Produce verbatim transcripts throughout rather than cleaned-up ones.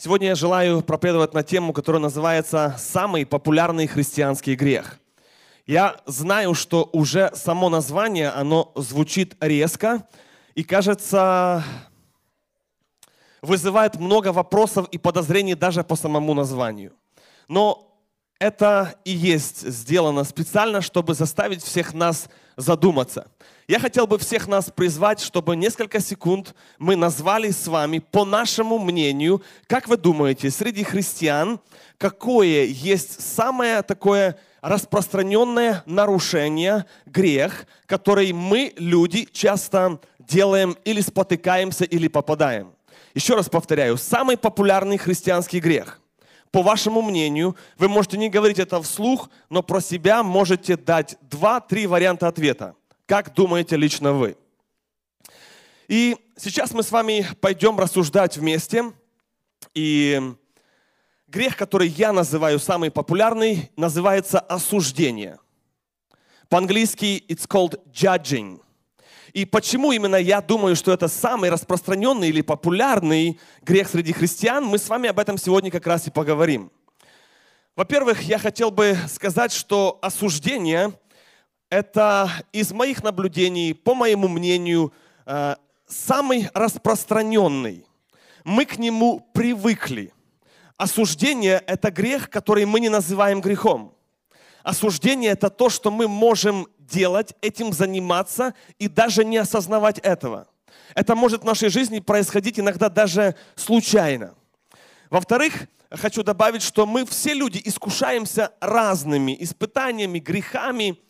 Сегодня я желаю проповедовать на тему, которая называется «Самый популярный христианский грех». Я знаю, что уже само название, оно звучит резко и, кажется, вызывает много вопросов и подозрений даже по самому названию. Но это и есть сделано специально, чтобы заставить всех нас задуматься. Я хотел бы всех нас призвать, чтобы несколько секунд мы назвали с вами, по нашему мнению, как вы думаете, среди христиан, какое есть самое такое распространенное нарушение, грех, который мы, люди, часто делаем или спотыкаемся, или попадаем. Еще раз повторяю, самый популярный христианский грех. По вашему мнению, вы можете не говорить это вслух, но про себя можете дать два-три варианта ответа. Как думаете лично вы? И сейчас мы с вами пойдем рассуждать вместе. И грех, который я называю самый популярный, называется осуждение. По-английски it's called judging. И почему именно я думаю, что это самый распространенный или популярный грех среди христиан, мы с вами об этом сегодня как раз и поговорим. Во-первых, я хотел бы сказать, что осуждение – это из моих наблюдений, по моему мнению, самый распространенный. Мы к нему привыкли. Осуждение – это грех, который мы не называем грехом. Осуждение – это то, что мы можем делать, этим заниматься и даже не осознавать этого. Это может в нашей жизни происходить иногда даже случайно. Во-вторых, хочу добавить, что мы все люди искушаемся разными испытаниями, грехами,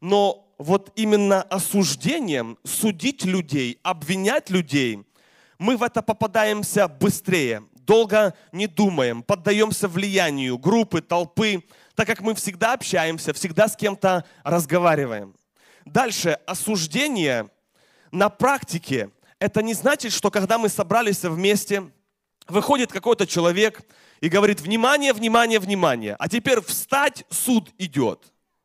но вот именно осуждением, судить людей, обвинять людей, мы в это попадаемся быстрее, долго не думаем, поддаемся влиянию группы, толпы, так как мы всегда общаемся, всегда с кем-то разговариваем. Дальше, осуждение на практике. Это не значит, что когда мы собрались вместе, выходит какой-то человек и говорит: внимание, внимание, внимание, а теперь встать, суд идет.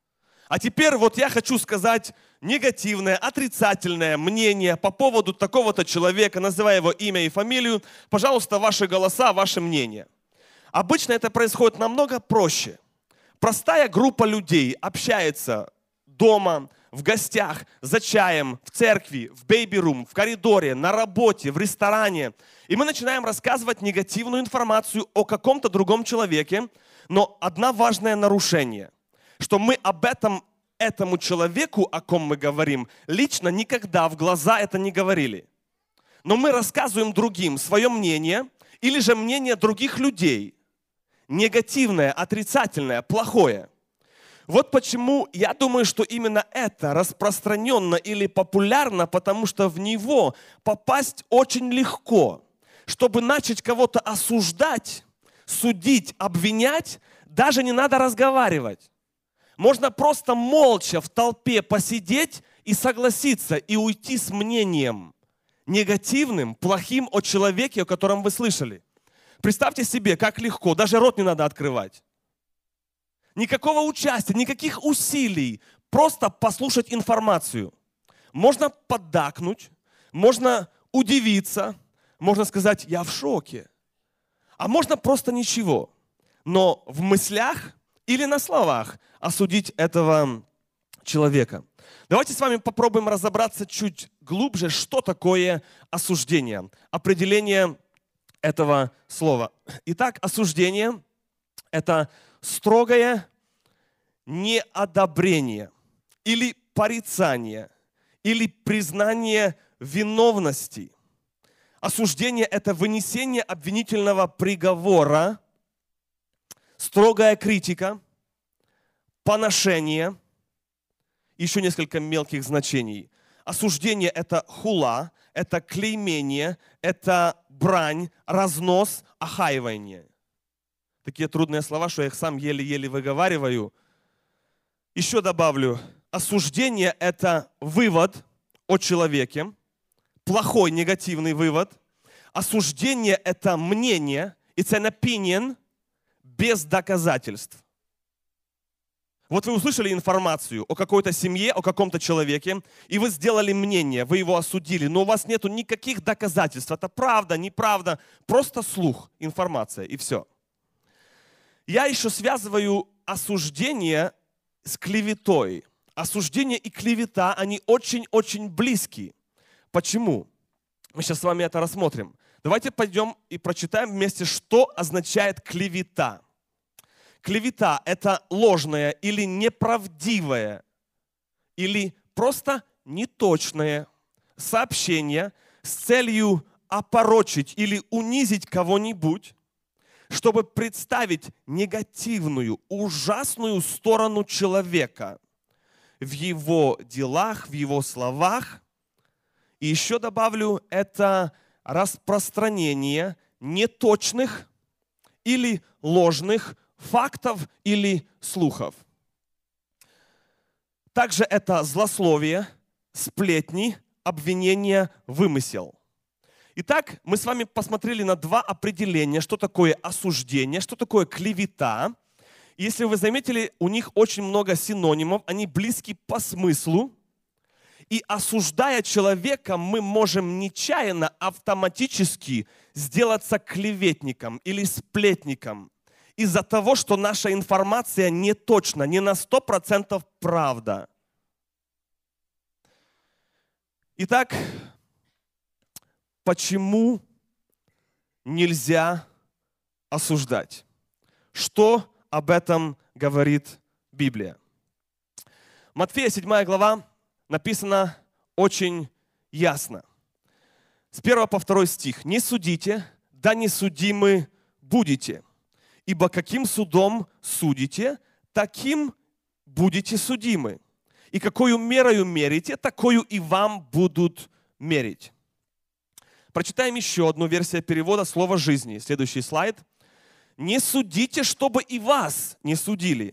А теперь вот я хочу сказать негативное, отрицательное мнение по поводу такого-то человека, называя его имя и фамилию. Пожалуйста, ваши голоса, ваше мнение. Обычно это происходит намного проще. Простая группа людей общается дома, в гостях, за чаем, в церкви, в бэйби-рум, в коридоре, на работе, в ресторане. И мы начинаем рассказывать негативную информацию о каком-то другом человеке. Но одно важное нарушение, что мы об этом, этому человеку, о ком мы говорим, лично никогда в глаза это не говорили. Но мы рассказываем другим свое мнение или же мнение других людей. Негативное, отрицательное, плохое. Вот почему я думаю, что именно это распространенно или популярно, потому что в него попасть очень легко. Чтобы начать кого-то осуждать, судить, обвинять, даже не надо разговаривать. Можно просто молча в толпе посидеть и согласиться, и уйти с мнением негативным, плохим о человеке, о котором вы слышали. Представьте себе, как легко, даже рот не надо открывать. Никакого участия, никаких усилий, просто послушать информацию. Можно поддакнуть, можно удивиться, можно сказать: я в шоке. А можно просто ничего. Но в мыслях или на словах осудить этого человека. Давайте с вами попробуем разобраться чуть глубже, что такое осуждение. Определение этого слова. Итак, осуждение – это строгое неодобрение или порицание, или признание виновности. Осуждение – это вынесение обвинительного приговора, строгая критика, поношение, еще несколько мелких значений. Осуждение – это хула, это клеймение, это брань, разнос, охаивание. Такие трудные слова, что я их сам еле-еле выговариваю. Еще добавлю, осуждение – это вывод о человеке, плохой, негативный вывод. Осуждение – это мнение, it's an opinion, без доказательств. Вот вы услышали информацию о какой-то семье, о каком-то человеке, и вы сделали мнение, вы его осудили, но у вас нет никаких доказательств. Это правда, неправда, просто слух, информация, и все. Я еще связываю осуждение с клеветой. Осуждение и клевета, они очень-очень близки. Почему? Мы сейчас с вами это рассмотрим. Давайте пойдем и прочитаем вместе, что означает клевета. Клевета – это ложное или неправдивое, или просто неточное сообщение с целью опорочить или унизить кого-нибудь, чтобы представить негативную, ужасную сторону человека в его делах, в его словах. И еще добавлю, это распространение неточных или ложных фактов или слухов. Также это злословие, сплетни, обвинения, вымысел. Итак, мы с вами посмотрели на два определения, что такое осуждение, что такое клевета. Если вы заметили, у них очень много синонимов, они близки по смыслу. И осуждая человека, мы можем нечаянно, автоматически сделаться клеветником или сплетником из-за того, что наша информация не точна, не на сто процентов правда. Итак, почему нельзя осуждать? Что об этом говорит Библия? Матфея седьмая глава написано очень ясно. С первого по второй стих. «Не судите, да не судимы будете. Ибо каким судом судите, таким будете судимы. И какою мерою мерите, такою и вам будут мерить». Прочитаем еще одну версию перевода слова жизни. Следующий слайд. «Не судите, чтобы и вас не судили.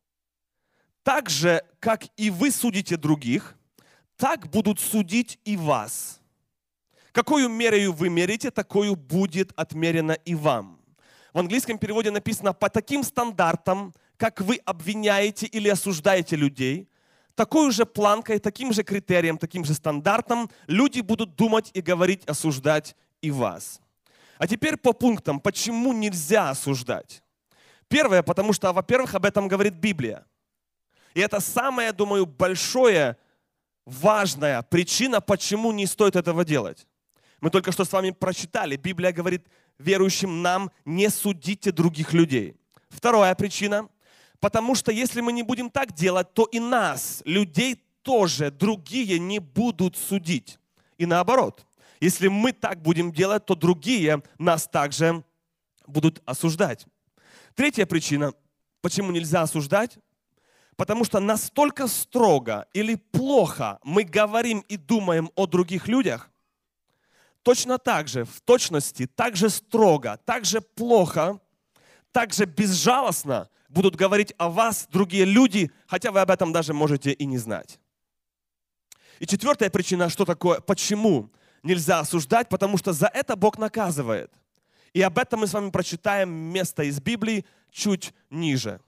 Так же, как и вы судите других, так будут судить и вас. Какою мерою вы мерите, такою будет отмерено и вам». В английском переводе написано: «По таким стандартам, как вы обвиняете или осуждаете людей, такой же планкой, таким же критерием, таким же стандартом люди будут думать и говорить, осуждать и вас». А теперь по пунктам, почему нельзя осуждать. Первое, потому что, во-первых, об этом говорит Библия. И это самая, я думаю, большая, важная причина, почему не стоит этого делать. Мы только что с вами прочитали, Библия говорит верующим нам: не судите других людей. Вторая причина, потому что если мы не будем так делать, то и нас, людей, тоже другие не будут судить. И наоборот, если мы так будем делать, то другие нас также будут осуждать. Третья причина, почему нельзя осуждать, потому что настолько строго или плохо мы говорим и думаем о других людях, точно так же, в точности, так же строго, так же плохо, так же безжалостно будут говорить о вас другие люди, хотя вы об этом даже можете и не знать. И четвертая причина, что такое, почему нельзя осуждать, потому что за это Бог наказывает. И об этом мы с вами прочитаем место из Библии чуть ниже.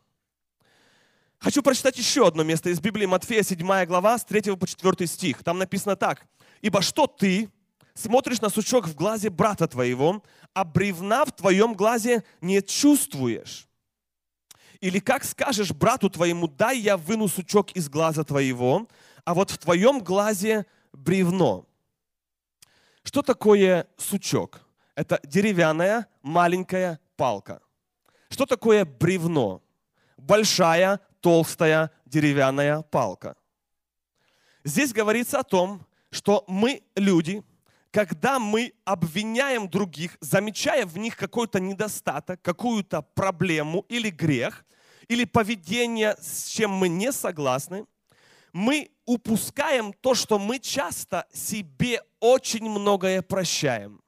Хочу прочитать еще одно место из Библии, Матфея седьмая глава, с третьего по четвёртый стих. Там написано так: «Ибо что ты смотришь на сучок в глазе брата твоего, а бревна в твоем глазе не чувствуешь? Или как скажешь брату твоему: дай я выну сучок из глаза твоего, а вот в твоем глазе бревно». Что такое сучок? Это деревянная маленькая палка. Что такое бревно? Большая, толстая деревянная палка. Здесь говорится о том, что мы, люди, когда мы обвиняем других, замечая в них какой-то недостаток, какую-то проблему или грех, или поведение, с чем мы не согласны, мы упускаем то, что мы часто себе очень многое прощаем.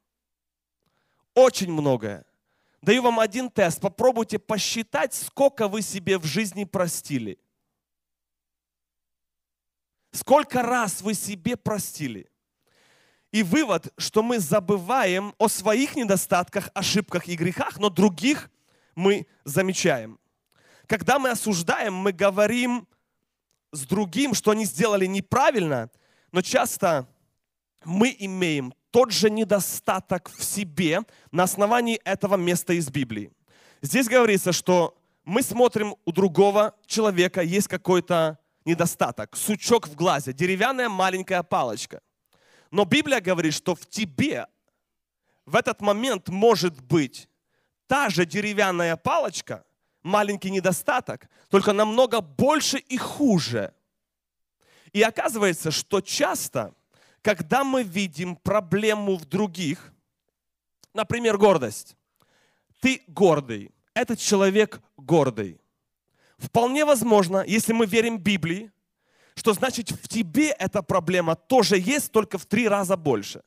Очень многое. Даю вам один тест. Попробуйте посчитать, сколько вы себе в жизни простили. Сколько раз вы себе простили. И вывод, что мы забываем о своих недостатках, ошибках и грехах, но других мы замечаем. когда мы осуждаем, мы говорим с другим, что они сделали неправильно, но часто мы имеем тот же недостаток в себе на основании этого места из Библии. Здесь говорится, что мы смотрим, у другого человека есть какой-то недостаток, сучок в глазе, деревянная маленькая палочка. Но Библия говорит, что в тебе в этот момент может быть та же деревянная палочка, маленький недостаток, только намного больше и хуже. И оказывается, что часто, когда мы видим проблему в других, например, гордость, ты гордый, этот человек гордый. Вполне возможно, если мы верим Библии, что значит в тебе эта проблема тоже есть, только в три раза больше.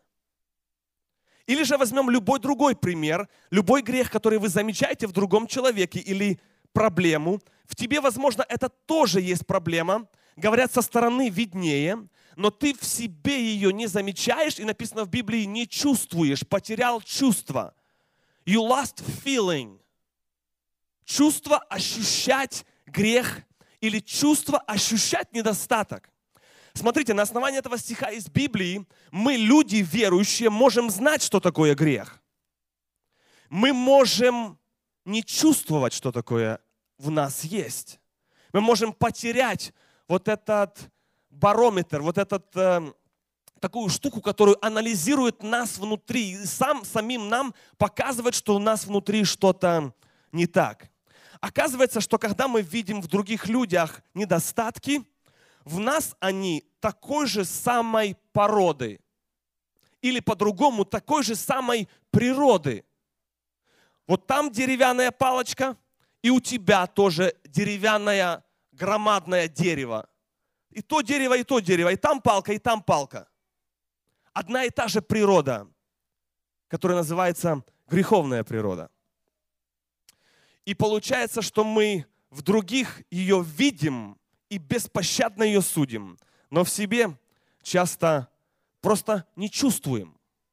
Или же возьмем любой другой пример, любой грех, который вы замечаете в другом человеке или проблему. В тебе, возможно, это тоже есть проблема. Говорят, со стороны виднее, но ты в себе ее не замечаешь, и написано в Библии, не чувствуешь, потерял чувство. You lost feeling. Чувство ощущать грех или чувство ощущать недостаток. Смотрите, на основании этого стиха из Библии мы, люди верующие, можем знать, что такое грех. Мы можем не чувствовать, что такое в нас есть. Мы можем потерять вот этот барометр, вот этот, э, такую штуку, которую анализирует нас внутри, и сам, самим нам показывает, что у нас внутри что-то не так. Оказывается, что когда мы видим в других людях недостатки, в нас они такой же самой породы. Или по-другому, такой же самой природы. Вот там деревянная палочка, и у тебя тоже деревянное громадное дерево. И то дерево, и то дерево, и там палка, и там палка. Одна и та же природа, которая называется греховная природа. И получается, что мы в других ее видим и беспощадно ее судим, но в себе часто просто не чувствуем.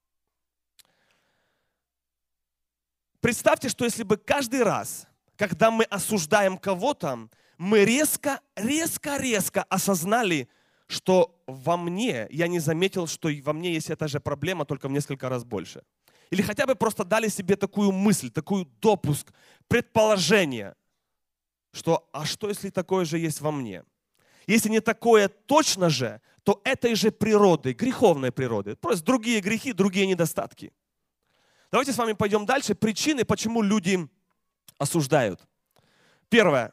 Представьте, что если бы каждый раз, когда мы осуждаем кого-то, мы резко, резко, резко осознали, что во мне, я не заметил, что и во мне есть эта же проблема, только в несколько раз больше. Или хотя бы просто дали себе такую мысль, такой допуск, предположение, что а что, если такое же есть во мне? Если не такое точно же, то этой же природы, греховной природы. Просто другие грехи, другие недостатки. Давайте с вами пойдем дальше. Причины, почему люди осуждают. Первое.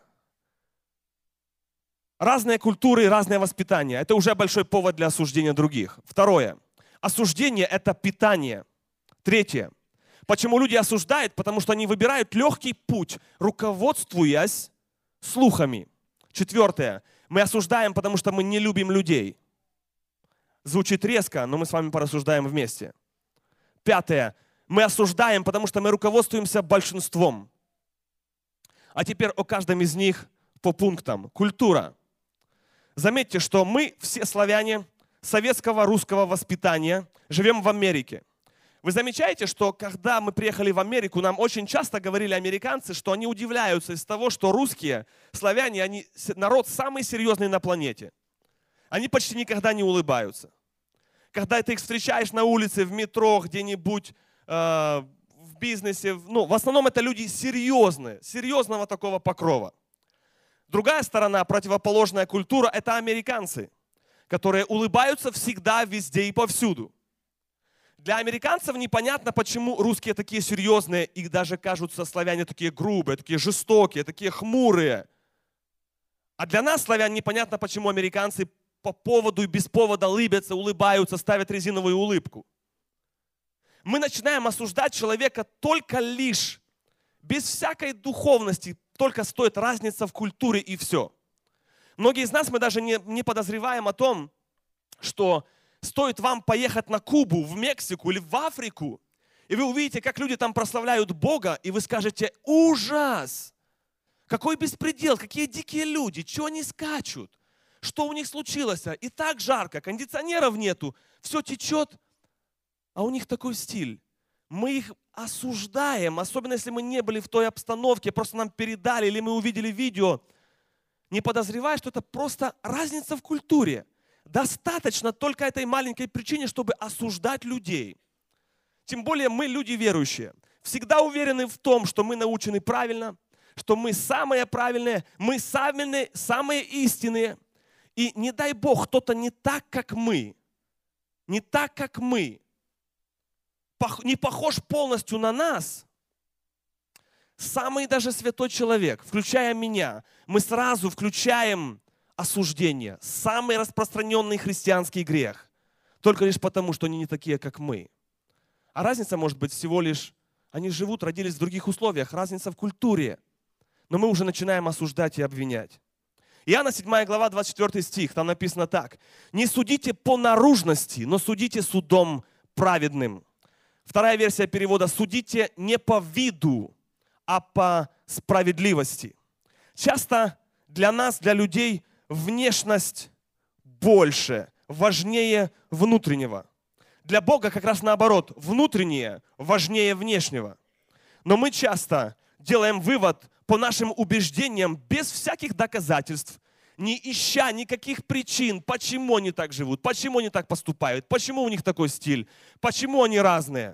Разные культуры и разное воспитание. Это уже большой повод для осуждения других. Второе. Осуждение – это питание. Третье. Почему люди осуждают? Потому что они выбирают легкий путь, руководствуясь слухами. Четвертое. Мы осуждаем, потому что мы не любим людей. Звучит резко, но мы с вами порассуждаем вместе. Пятое. Мы осуждаем, потому что мы руководствуемся большинством. А теперь о каждом из них по пунктам. Культура. Заметьте, что мы все славяне советского русского воспитания живем в Америке. Вы замечаете, что когда мы приехали в Америку, нам очень часто говорили американцы, что они удивляются из того, что русские, славяне, они народ самый серьезный на планете. Они почти никогда не улыбаются. Когда ты их встречаешь на улице, в метро, где-нибудь, э, в бизнесе, ну, в основном это люди серьезные, серьезного такого покрова. Другая сторона, противоположная культура, это американцы, которые улыбаются всегда, везде и повсюду. Для американцев непонятно, почему русские такие серьезные и даже кажутся славяне такие грубые, такие жестокие, такие хмурые. А для нас, славян, непонятно, почему американцы по поводу и без повода улыбятся, улыбаются, ставят резиновую улыбку. Мы начинаем осуждать человека только лишь, без всякой духовности, только стоит разница в культуре и все. Многие из нас, мы даже не, не подозреваем о том, что стоит вам поехать на Кубу, в Мексику или в Африку, и вы увидите, как люди там прославляют Бога, и вы скажете: ужас! Какой беспредел, какие дикие люди, чего они скачут? Что у них случилось? И так жарко, кондиционеров нету, все течет, а у них такой стиль. мы их осуждаем, особенно если мы не были в той обстановке, просто нам передали или мы увидели видео, не подозревая, что это просто разница в культуре. Достаточно только этой маленькой причине, чтобы осуждать людей. Тем более мы, люди верующие, всегда уверены в том, что мы научены правильно, что мы самые правильные, мы самые, самые истинные. И не дай Бог, кто-то не так, как мы, не так, как мы, не похож полностью на нас, самый даже святой человек, включая меня, мы сразу включаем осуждение, самый распространенный христианский грех, только лишь потому, что они не такие, как мы. А разница может быть всего лишь, они живут, родились в других условиях, разница в культуре. Но мы уже начинаем осуждать и обвинять. Иоанна седьмая глава, двадцать четвёртый стих, там написано так. «Не судите по наружности, но судите судом праведным». Вторая версия перевода «судите не по виду, а по справедливости». Часто для нас, для людей, внешность больше, важнее внутреннего. Для Бога как раз наоборот, внутреннее важнее внешнего. Но мы часто делаем вывод по нашим убеждениям без всяких доказательств, не ища никаких причин, почему они так живут, почему они так поступают, почему у них такой стиль, почему они разные.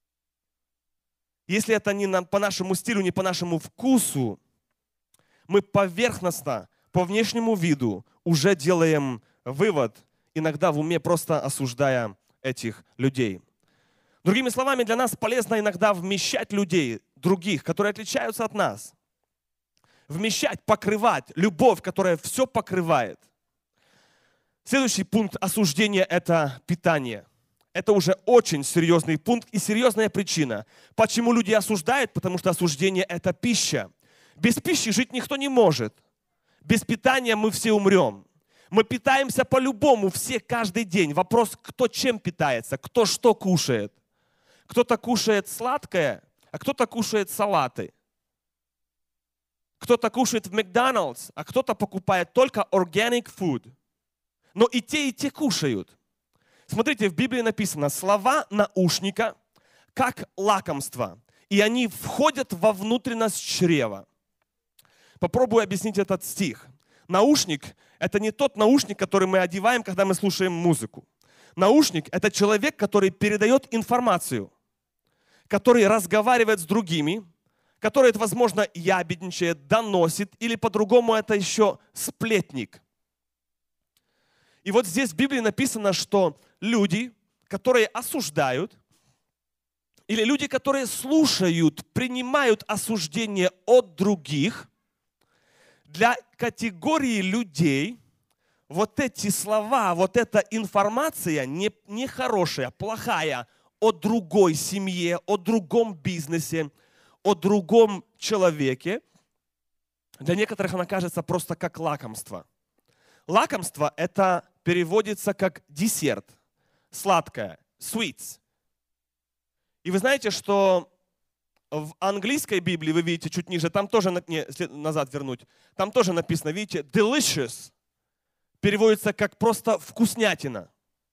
Если это не по нашему стилю, не по нашему вкусу, мы поверхностно, по внешнему виду уже делаем вывод, иногда в уме просто осуждая этих людей. Другими словами, для нас полезно иногда вмещать людей, других, которые отличаются от нас. Вмещать, покрывать, любовь, которая все покрывает. Следующий пункт осуждения – это питание. Это уже очень серьезный пункт и серьезная причина. Почему люди осуждают? Потому что осуждение – это пища. Без пищи жить никто не может. Без питания мы все умрем. Мы питаемся по-любому, все каждый день. Вопрос, кто чем питается, кто что кушает. Кто-то кушает сладкое, а кто-то кушает салаты. Кто-то кушает в Макдональдс, а кто-то покупает только organic food. Но и те, и те кушают. Смотрите, в Библии написано, слова наушника как лакомство, и они входят во внутренность чрева. Попробую объяснить этот стих. Наушник – это не тот наушник, который мы одеваем, когда мы слушаем музыку. Наушник – это человек, который передает информацию, который разговаривает с другими, который, возможно, ябедничает, доносит, или по-другому это еще сплетник. И вот здесь в Библии написано, что люди, которые осуждают, или люди, которые слушают, принимают осуждение от других, для категории людей вот эти слова, вот эта информация не, не хорошая, плохая о другой семье, о другом бизнесе, о другом человеке, для некоторых она кажется просто как лакомство. Лакомство – это переводится как десерт, сладкое, sweets. И вы знаете, что в английской Библии, вы видите чуть ниже, там тоже, не, назад вернуть, там тоже написано, видите, delicious переводится как просто вкуснятина.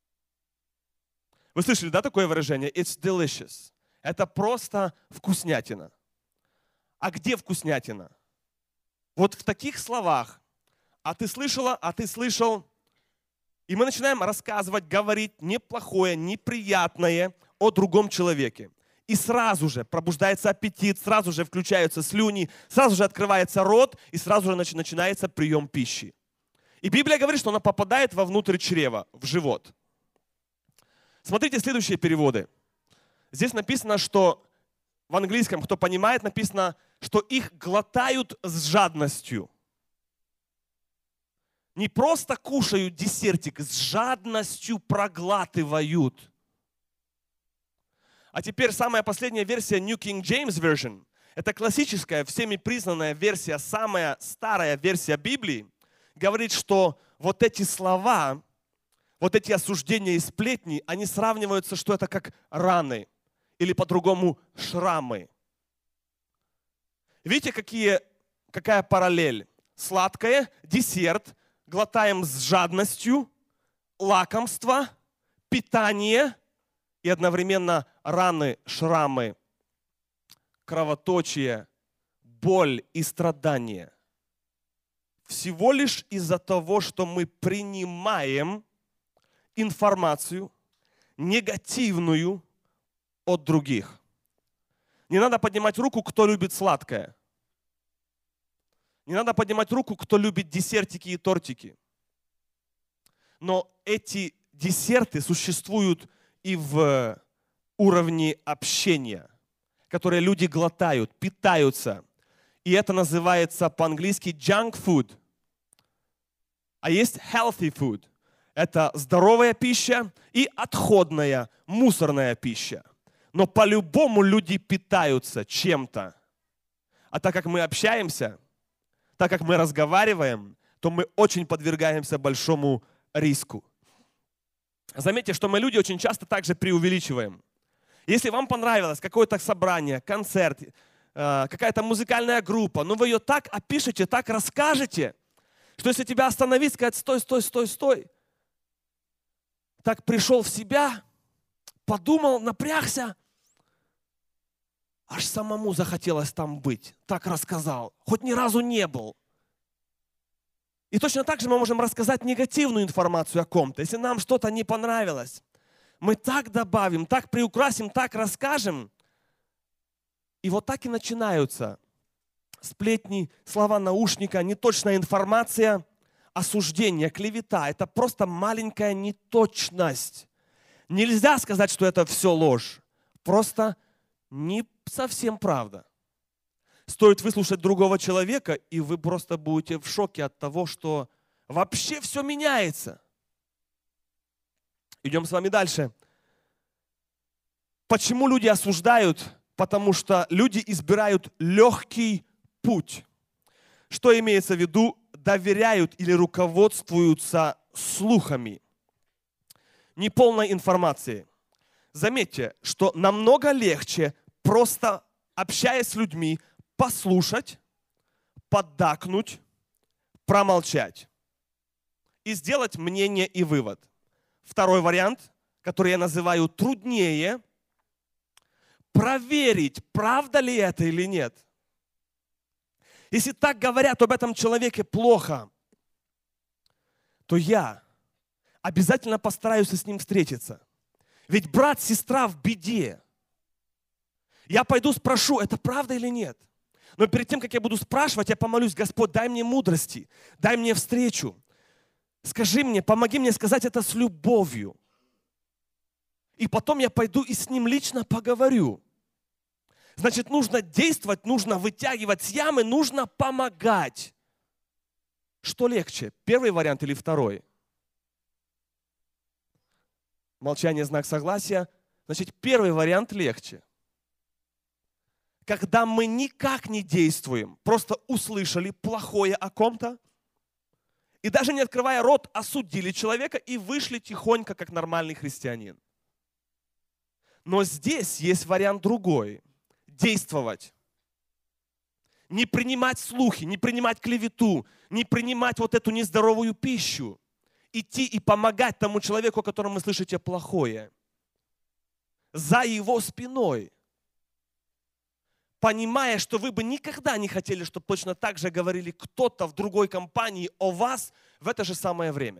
Вы слышали, да, такое выражение? It's delicious. Это просто вкуснятина. А где вкуснятина? Вот в таких словах. А ты слышала, а ты слышал. И мы начинаем рассказывать, говорить неплохое, неприятное о другом человеке. И сразу же пробуждается аппетит, сразу же включаются слюни, сразу же открывается рот, и сразу же начинается прием пищи. И Библия говорит, что она попадает вовнутрь чрева, в живот. Смотрите следующие переводы. Здесь написано, что в английском, кто понимает, написано, что их глотают с жадностью. Не просто кушают десертик, с жадностью проглатывают. А теперь самая последняя версия New King James Version. Это классическая, всеми признанная версия, самая старая версия Библии. Говорит, что вот эти слова, вот эти осуждения и сплетни, они сравниваются, что это как раны. Или по-другому шрамы. Видите, какие, какая параллель? Сладкое, десерт, глотаем с жадностью, лакомство, питание. и одновременно раны, шрамы, кровоточие, боль и страдания. Всего лишь из-за того, что мы принимаем информацию негативную от других. Не надо поднимать руку, кто любит сладкое. Не надо поднимать руку, кто любит десертики и тортики. Но эти десерты существуют и в уровне общения, которые люди глотают, питаются. И это называется по-английски junk food. А есть healthy food. Это здоровая пища и отходная, мусорная пища. Но по-любому люди питаются чем-то. А так как мы общаемся, так как мы разговариваем, то мы очень подвергаемся большому риску. Заметьте, что мы люди очень часто также преувеличиваем. Если вам понравилось какое-то собрание, концерт, какая-то музыкальная группа, но вы ее так опишете, так расскажете, что если тебя остановить, сказать: стой, стой, стой, стой. Так пришел в себя, подумал, напрягся, аж самому захотелось там быть. Так рассказал, хоть ни разу не был. И точно так же мы можем рассказать негативную информацию о ком-то. Если нам что-то не понравилось, мы так добавим, так приукрасим, так расскажем. И вот так и начинаются сплетни, слова наушника, неточная информация, осуждение, клевета. Это просто маленькая неточность. Нельзя сказать, что это все ложь. Просто не совсем правда. Стоит выслушать другого человека, и вы просто будете в шоке от того, что вообще все меняется. Идем с вами дальше. Почему люди осуждают? Потому что люди избирают легкий путь. Что имеется в виду? Доверяют или руководствуются слухами, неполной информацией. Заметьте, что намного легче, просто общаясь с людьми, послушать, поддакнуть, промолчать и сделать мнение и вывод. Второй вариант, который я называю труднее, проверить, правда ли это или нет. Если так говорят об этом человеке плохо, то я обязательно постараюсь с ним встретиться. Ведь брат, сестра в беде. Я пойду спрошу, это правда или нет. Но перед тем, как я буду спрашивать, я помолюсь: Господь, дай мне мудрости, дай мне встречу. Скажи мне, помоги мне сказать это с любовью. И потом я пойду и с ним лично поговорю. Значит, нужно действовать, нужно вытягивать с ямы, нужно помогать. Что легче, первый вариант или второй? Молчание – знак согласия. Значит, первый вариант легче. Когда мы никак не действуем, просто услышали плохое о ком-то, и даже не открывая рот, осудили человека и вышли тихонько, как нормальный христианин. Но здесь есть вариант другой. Действовать. Не принимать слухи, не принимать клевету, не принимать вот эту нездоровую пищу. Идти и помогать тому человеку, о котором вы слышите плохое. За его спиной. Понимая, что вы бы никогда не хотели, чтобы точно так же говорили кто-то в другой компании о вас в это же самое время.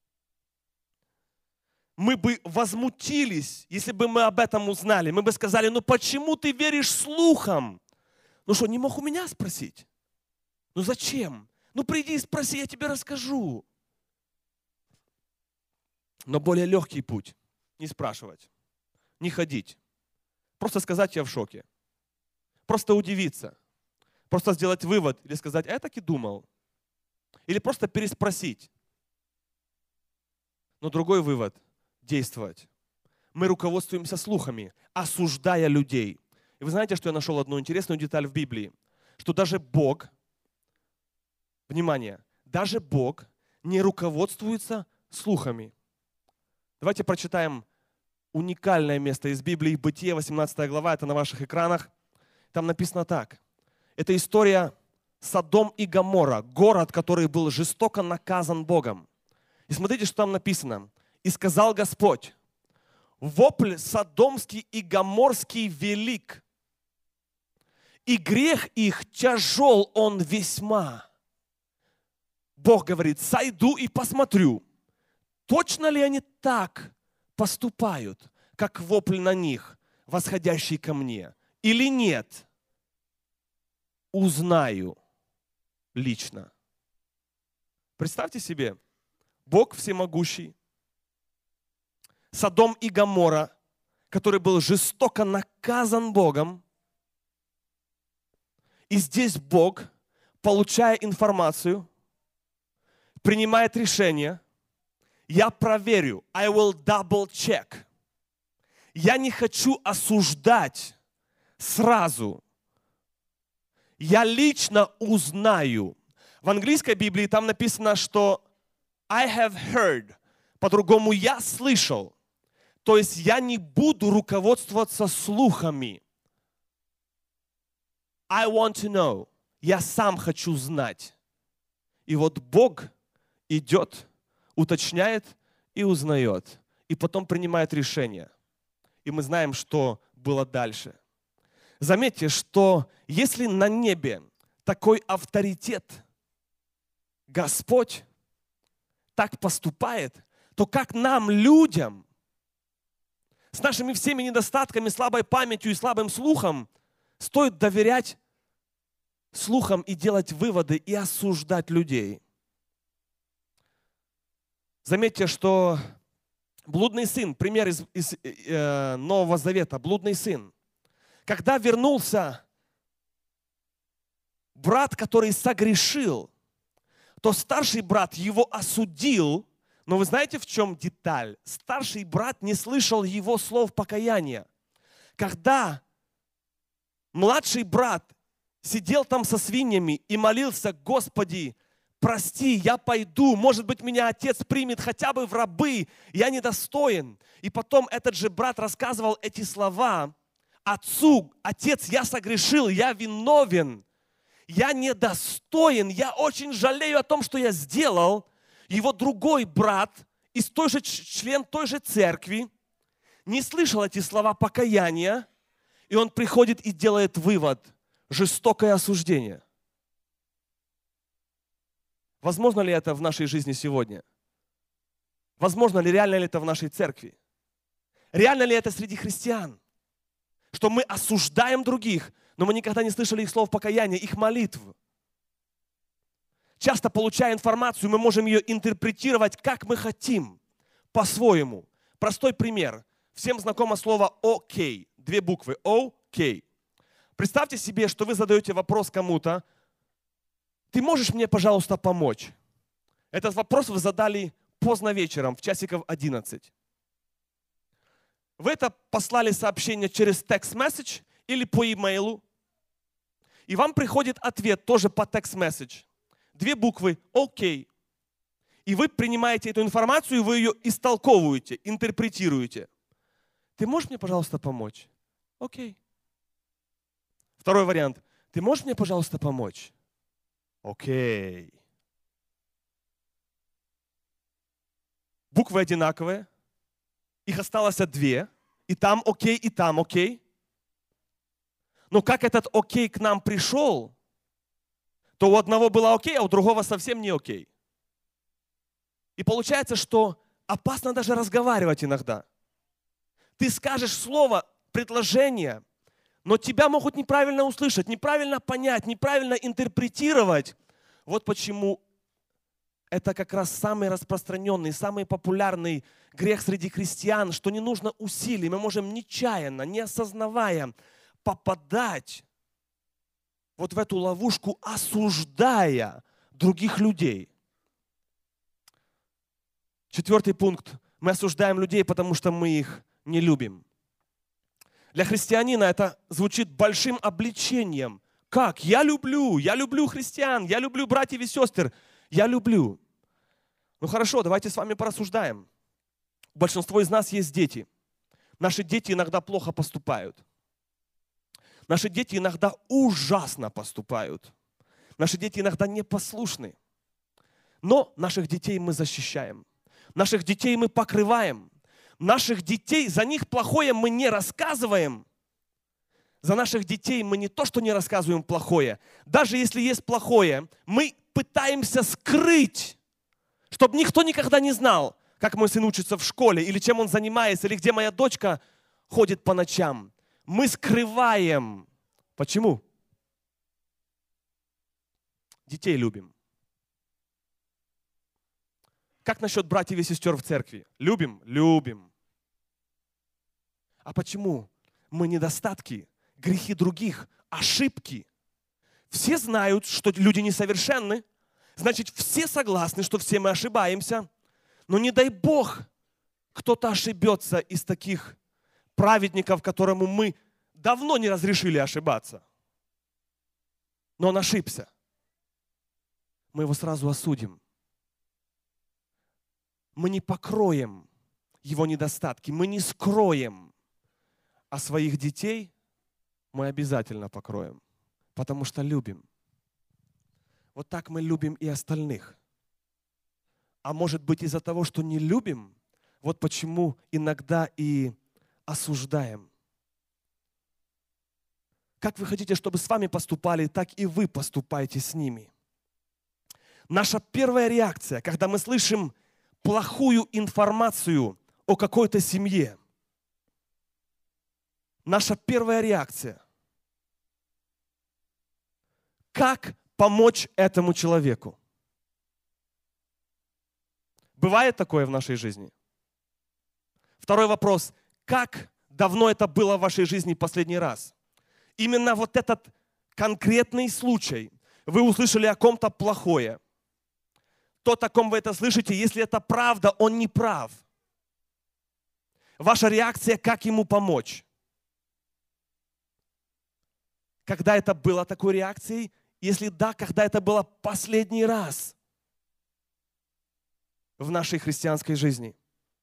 Мы бы возмутились, если бы мы об этом узнали. Мы бы сказали: ну почему ты веришь слухам? Ну что, не мог у меня спросить? Ну зачем? Ну приди и спроси, я тебе расскажу. Но более легкий путь. Не спрашивать, не ходить. Просто сказать: я в шоке. Просто удивиться. Просто сделать вывод или сказать: а я так и думал. Или просто переспросить. Но другой вывод – действовать. Мы руководствуемся слухами, осуждая людей. И вы знаете, что я нашел одну интересную деталь в Библии? Что даже Бог, внимание, даже Бог не руководствуется слухами. Давайте прочитаем уникальное место из Библии, Бытие, восемнадцатая глава, это на ваших экранах. Там написано так. Это история Содом и Гоморра, город, который был жестоко наказан Богом. И смотрите, что там написано. «И сказал Господь: вопль содомский и гоморский велик, и грех их тяжел он весьма. Бог говорит, сойду и посмотрю, точно ли они так поступают, как вопль на них, восходящий ко мне, или нет. Узнаю лично. Представьте себе, Бог всемогущий, Содом и Гоморра, который был жестоко наказан Богом, и здесь Бог, получая информацию, принимает решение, я проверю, I will double check. Я не хочу осуждать сразу. Я лично узнаю. В английской Библии там написано, что I have heard. По-другому я слышал. То есть я не буду руководствоваться слухами. I want to know. Я сам хочу знать. И вот Бог идет, уточняет и узнает. И потом принимает решение. И мы знаем, что было дальше. Заметьте, что если на небе такой авторитет, Господь так поступает, то как нам, людям, с нашими всеми недостатками, слабой памятью и слабым слухом, стоит доверять слухам и делать выводы и осуждать людей. Заметьте, что блудный сын, пример из, из э, Нового Завета, блудный сын. Когда вернулся брат, который согрешил, то старший брат его осудил. Но вы знаете, в чем деталь? Старший брат не слышал его слов покаяния. Когда младший брат сидел там со свиньями и молился: Господи, прости, я пойду, может быть, меня отец примет хотя бы в рабы, я недостоин. И потом этот же брат рассказывал эти слова отцу: отец, я согрешил, я виновен, я недостоин, я очень жалею о том, что я сделал. Его другой брат, из той же, член той же церкви, не слышал эти слова покаяния, и он приходит и делает вывод: жестокое осуждение. Возможно ли это в нашей жизни сегодня? Возможно ли, реально ли это в нашей церкви? Реально ли это среди христиан? Что мы осуждаем других, но мы никогда не слышали их слов покаяния, их молитв. Часто, получая информацию, мы можем ее интерпретировать, как мы хотим, по-своему. Простой пример. Всем знакомо слово «окей». Две буквы «окей». Представьте себе, что вы задаете вопрос кому-то: ты можешь мне, пожалуйста, помочь? Этот вопрос вы задали поздно вечером, в часиков одиннадцать. Вы это послали сообщение через text message или по имейлу, и вам приходит ответ тоже по text message. Две буквы «окей». И вы принимаете эту информацию, и вы ее истолковываете, интерпретируете. Ты можешь мне, пожалуйста, помочь? Окей. Второй вариант. Ты можешь мне, пожалуйста, помочь? Окей. Буквы одинаковые. Их осталось две. И там окей, и там окей. Но как этот окей к нам пришел, то у одного было окей, а у другого совсем не окей. И получается, что опасно даже разговаривать иногда. Ты скажешь слово, предложение, но тебя могут неправильно услышать, неправильно понять, неправильно интерпретировать. Вот почему это как раз самый распространенный, самый популярный грех среди христиан, что не нужно усилий, мы можем нечаянно, не осознавая, попадать вот в эту ловушку, осуждая других людей. Четвертый пункт. Мы осуждаем людей, потому что мы их не любим. Для христианина это звучит большим обличением. Как? Я люблю, я люблю христиан, я люблю братьев и сестер, я люблю. Ну хорошо, давайте с вами порассуждаем. Большинство из нас есть дети. Наши дети иногда плохо поступают. Наши дети иногда ужасно поступают. Наши дети иногда непослушны. Но наших детей мы защищаем. Наших детей мы покрываем. наших детей, за них плохое мы не рассказываем. За наших детей мы не то, что не рассказываем плохое. Даже если есть плохое, мы пытаемся скрыть, чтобы никто никогда не знал, как мой сын учится в школе, или чем он занимается, или где моя дочка ходит по ночам. Мы скрываем. Почему? Детей любим. Как насчет братьев и сестер в церкви? Любим? Любим. А почему мы недостатки, грехи других, ошибки? Все знают, что люди несовершенны. Значит, все согласны, что все мы ошибаемся. Но не дай Бог, кто-то ошибется из таких праведников, которому мы давно не разрешили ошибаться. Но он ошибся. Мы его сразу осудим. Мы не покроем его недостатки, мы не скроем. А своих детей мы обязательно покроем, потому что любим. Вот так мы любим и остальных. А может быть из-за того, что не любим, вот почему иногда и осуждаем. Как вы хотите, чтобы с вами поступали, так и вы поступайте с ними. Наша первая реакция, когда мы слышим плохую информацию о какой-то семье, наша первая реакция – как помочь этому человеку? Бывает такое в нашей жизни? Второй вопрос – как давно это было в вашей жизни последний раз? Именно вот этот конкретный случай. Вы услышали о ком-то плохое. То, о ком вы это слышите, если это правда, он не прав. Ваша реакция – как ему помочь? Когда это было такой реакцией? Если да, когда это было последний раз в нашей христианской жизни?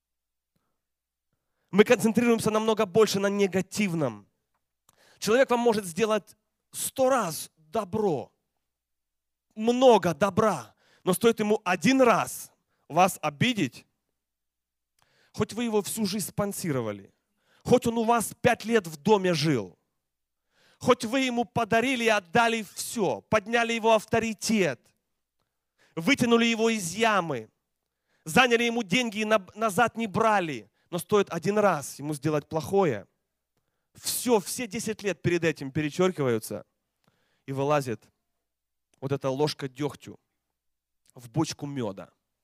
Мы концентрируемся намного больше на негативном. Человек вам может сделать сто раз добро, много добра, но стоит ему один раз вас обидеть, хоть вы его всю жизнь спонсировали, хоть он у вас пять лет в доме жил, хоть вы ему подарили и отдали все, подняли его авторитет, вытянули его из ямы, заняли ему деньги и назад не брали, но стоит один раз ему сделать плохое, все, все десять лет перед этим перечеркиваются, и вылазит вот эта ложка дегтю в бочку меда.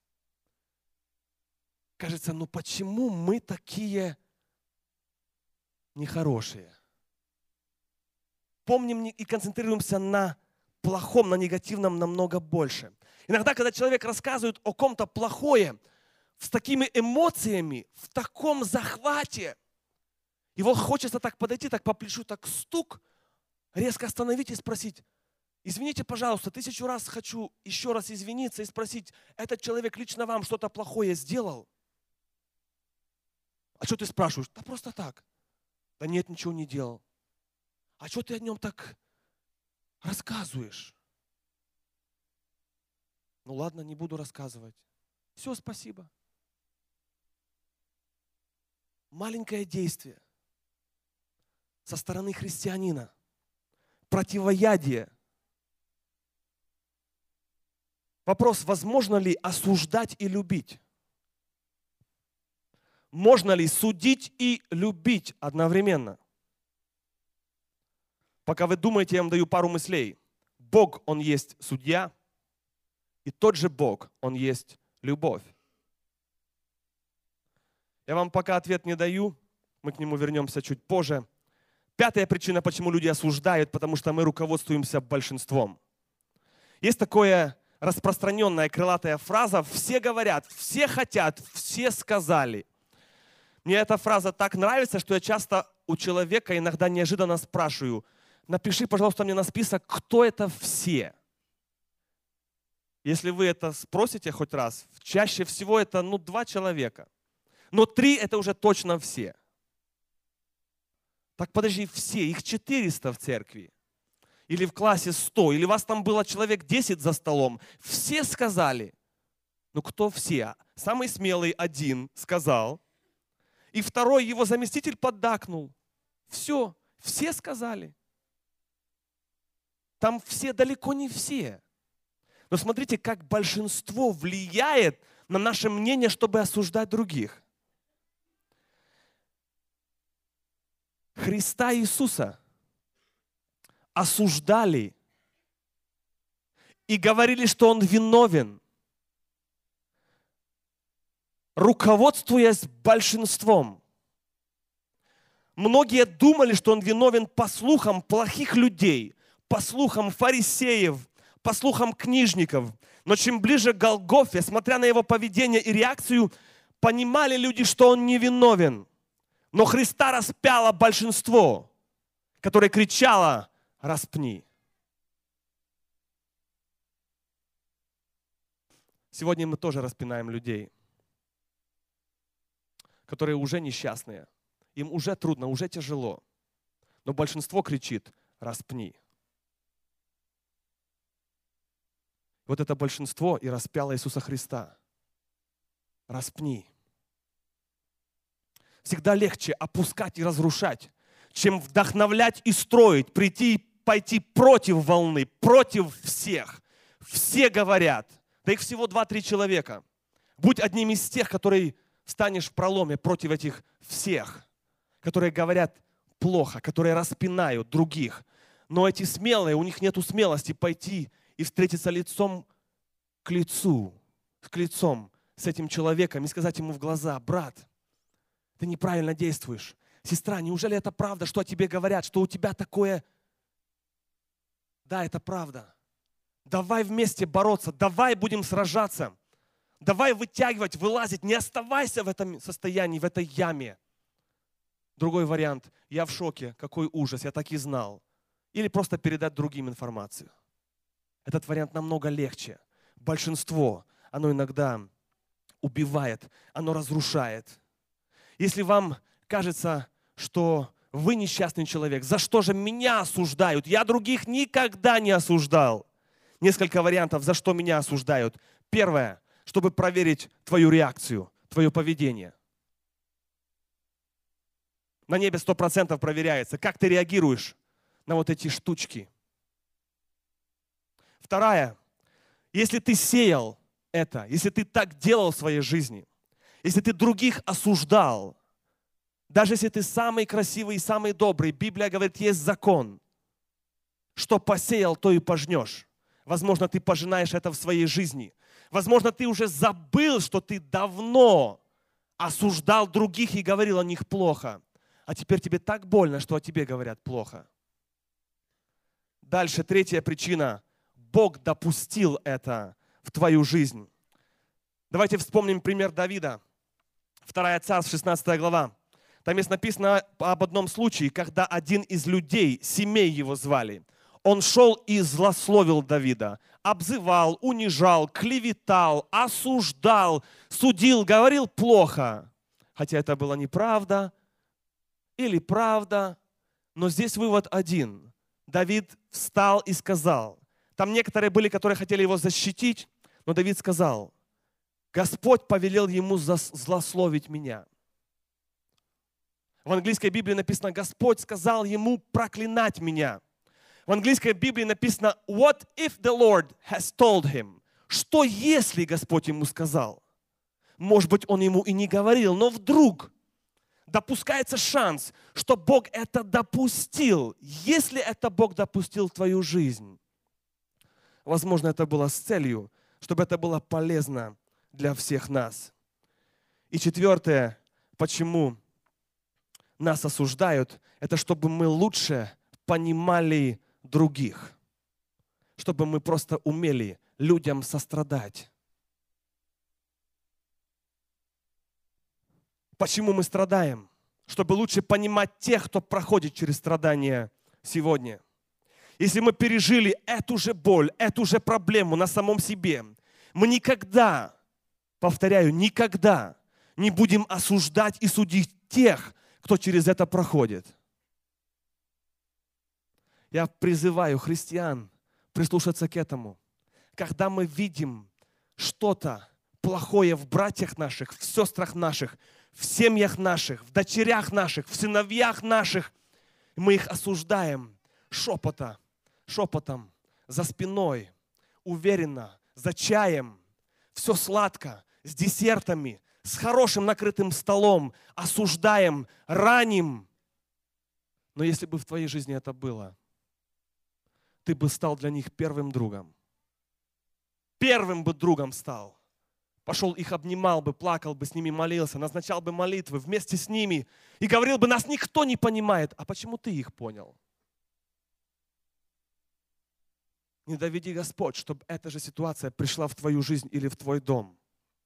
Кажется, ну почему мы такие нехорошие? Помним и концентрируемся на плохом, на негативном намного больше. Иногда, когда человек рассказывает о ком-то плохое, с такими эмоциями, в таком захвате, его хочется так подойти, так по плечу, так стук, резко остановить и спросить: извините, пожалуйста, тысячу раз хочу еще раз извиниться и спросить, этот человек лично вам что-то плохое сделал? А что ты спрашиваешь? Да просто так. Да нет, ничего не делал. А что ты о нем так рассказываешь? Ну ладно, не буду рассказывать. Все, спасибо. Маленькое действие со стороны христианина. Противоядие. Вопрос, возможно ли осуждать и любить? Можно ли судить и любить одновременно? Пока вы думаете, я вам даю пару мыслей. Бог, Он есть судья, и тот же Бог, Он есть любовь. Я вам пока ответ не даю, мы к нему вернемся чуть позже. Пятая причина, почему люди осуждают, потому что мы руководствуемся большинством. Есть такое распространенная крылатая фраза: все говорят, все хотят, все сказали. Мне эта фраза так нравится, что я часто у человека иногда неожиданно спрашиваю: напиши, пожалуйста, мне на список, кто это все. Если вы это спросите хоть раз, чаще всего это ну, два человека. Но три это уже точно все. Так подожди, все, их четыреста в церкви. Или в классе сто, или вас там было человек десять за столом. Все сказали. Ну кто все? Самый смелый один сказал. И второй его заместитель поддакнул. Все, все сказали. Там все далеко не все. Но смотрите, как большинство влияет на наше мнение, чтобы осуждать других. Христа Иисуса осуждали и говорили, что Он виновен, руководствуясь большинством. Многие думали, что Он виновен по слухам плохих людей, по слухам фарисеев, по слухам книжников. Но чем ближе к Голгофе, смотря на Его поведение и реакцию, понимали люди, что Он не виновен. Но Христа распяло большинство, которое кричало: «Распни». Сегодня мы тоже распинаем людей, которые уже несчастные. Им уже трудно, уже тяжело. Но большинство кричит: «Распни». Вот это большинство и распяло Иисуса Христа. Распни. Всегда легче опускать и разрушать, чем вдохновлять и строить, прийти и пойти против волны, против всех. Все говорят, да их всего два-три человека. Будь одним из тех, которые станешь в проломе против этих всех, которые говорят плохо, которые распинают других. Но эти смелые, у них нет смелости пойти и встретиться лицом к лицу, к лицом с этим человеком и сказать ему в глаза: брат, ты неправильно действуешь. Сестра, неужели это правда, что о тебе говорят, что у тебя такое? Да, это правда. Давай вместе бороться, давай будем сражаться. Давай вытягивать, вылазить, не оставайся в этом состоянии, в этой яме. Другой вариант: я в шоке, какой ужас, я так и знал. Или просто передать другим информацию. Этот вариант намного легче. Большинство, оно иногда убивает, оно разрушает. Если вам кажется, что вы несчастный человек, за что же меня осуждают? Я других никогда не осуждал. Несколько вариантов, за что меня осуждают. Первое, чтобы проверить твою реакцию, твое поведение. На небе сто процентов проверяется, как ты реагируешь на вот эти штучки. Вторая, если ты сеял это, если ты так делал в своей жизни, если ты других осуждал, даже если ты самый красивый и самый добрый, Библия говорит, есть закон, что посеял, то и пожнешь. Возможно, ты пожинаешь это в своей жизни. Возможно, ты уже забыл, что ты давно осуждал других и говорил о них плохо. А теперь тебе так больно, что о тебе говорят плохо. Дальше, третья причина. Бог допустил это в твою жизнь. Давайте вспомним пример Давида. Вторая Царств, шестнадцатая глава. Там есть написано об одном случае, когда один из людей, семей его звали, он шел и злословил Давида, обзывал, унижал, клеветал, осуждал, судил, говорил плохо. Хотя это была неправда или правда, но здесь вывод один. Давид встал и сказал. Там некоторые были, которые хотели его защитить, но Давид сказал: Господь повелел ему злословить меня. В английской Библии написано: Господь сказал ему проклинать меня. В английской Библии написано: What if the Lord has told him? Что если Господь ему сказал? Может быть, он ему и не говорил, но вдруг допускается шанс, что Бог это допустил. Если это Бог допустил в твою жизнь, возможно, это было с целью, чтобы это было полезно для всех нас. И четвертое, почему нас осуждают, это чтобы мы лучше понимали других, чтобы мы просто умели людям сострадать. Почему мы страдаем? Чтобы лучше понимать тех, кто проходит через страдания сегодня. Если мы пережили эту же боль, эту же проблему на самом себе, мы никогда, повторяю, никогда не будем осуждать и судить тех, кто через это проходит. Я призываю христиан прислушаться к этому. Когда мы видим что-то плохое в братьях наших, в сестрах наших, в семьях наших, в дочерях наших, в сыновьях наших. Мы их осуждаем шепота, шепотом, за спиной, уверенно, за чаем. Все сладко, с десертами, с хорошим накрытым столом. Осуждаем, раним. Но если бы в твоей жизни это было, ты бы стал для них первым другом. Первым бы другом стал. Пошел их обнимал бы, плакал бы, с ними молился, назначал бы молитвы вместе с ними и говорил бы, нас никто не понимает. А почему ты их понял? Не доведи Господь, чтобы эта же ситуация пришла в твою жизнь или в твой дом.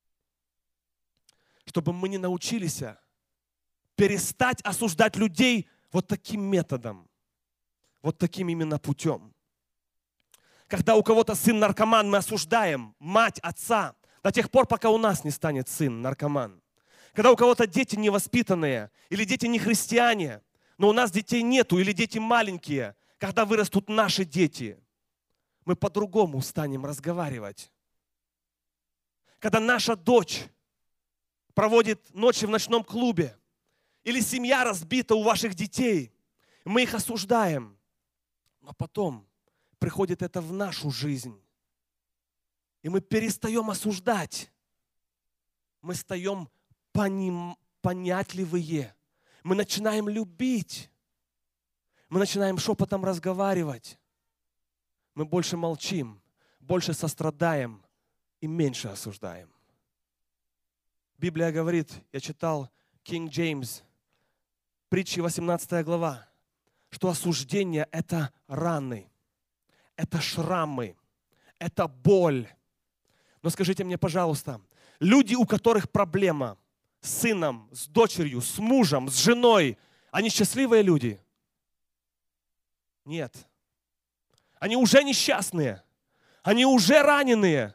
Чтобы мы не научились перестать осуждать людей вот таким методом, вот таким именно путем. Когда у кого-то сын наркоман, мы осуждаем мать, отца, до тех пор, пока у нас не станет сын наркоман. Когда у кого-то дети невоспитанные, или дети не христиане, но у нас детей нету, или дети маленькие, когда вырастут наши дети, мы по-другому станем разговаривать. Когда наша дочь проводит ночи в ночном клубе, или семья разбита у ваших детей, мы их осуждаем, но потом приходит это в нашу жизнь. И мы перестаем осуждать. Мы стаем поним, понятливые. Мы начинаем любить. Мы начинаем шепотом разговаривать. Мы больше молчим, больше сострадаем и меньше осуждаем. Библия говорит, я читал King James, притчи восемнадцатая глава, что осуждение – это раны, это шрамы, это боль. Но скажите мне, пожалуйста, люди, у которых проблема с сыном, с дочерью, с мужем, с женой, они счастливые люди? Нет. Они уже несчастные. Они уже раненые.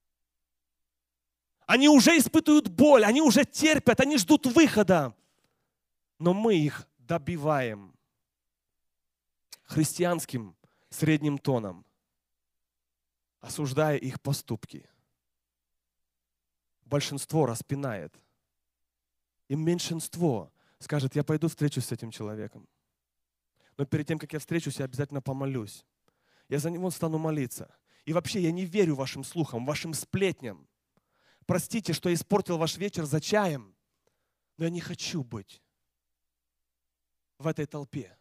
Они уже испытывают боль. Они уже терпят. Они ждут выхода. Но мы их добиваем христианским средним тоном, осуждая их поступки. Большинство распинает. И меньшинство скажет, я пойду встречусь с этим человеком. Но перед тем, как я встречусь, я обязательно помолюсь. Я за него стану молиться. И вообще я не верю вашим слухам, вашим сплетням. Простите, что я испортил ваш вечер за чаем, но я не хочу быть в этой толпе.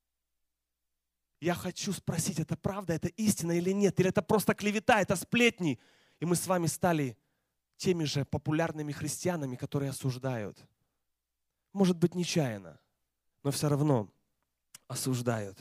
Я хочу спросить, это правда, это истина или нет, или это просто клевета, это сплетни. И мы с вами стали теми же популярными христианами, которые осуждают. Может быть, нечаянно, но все равно осуждают.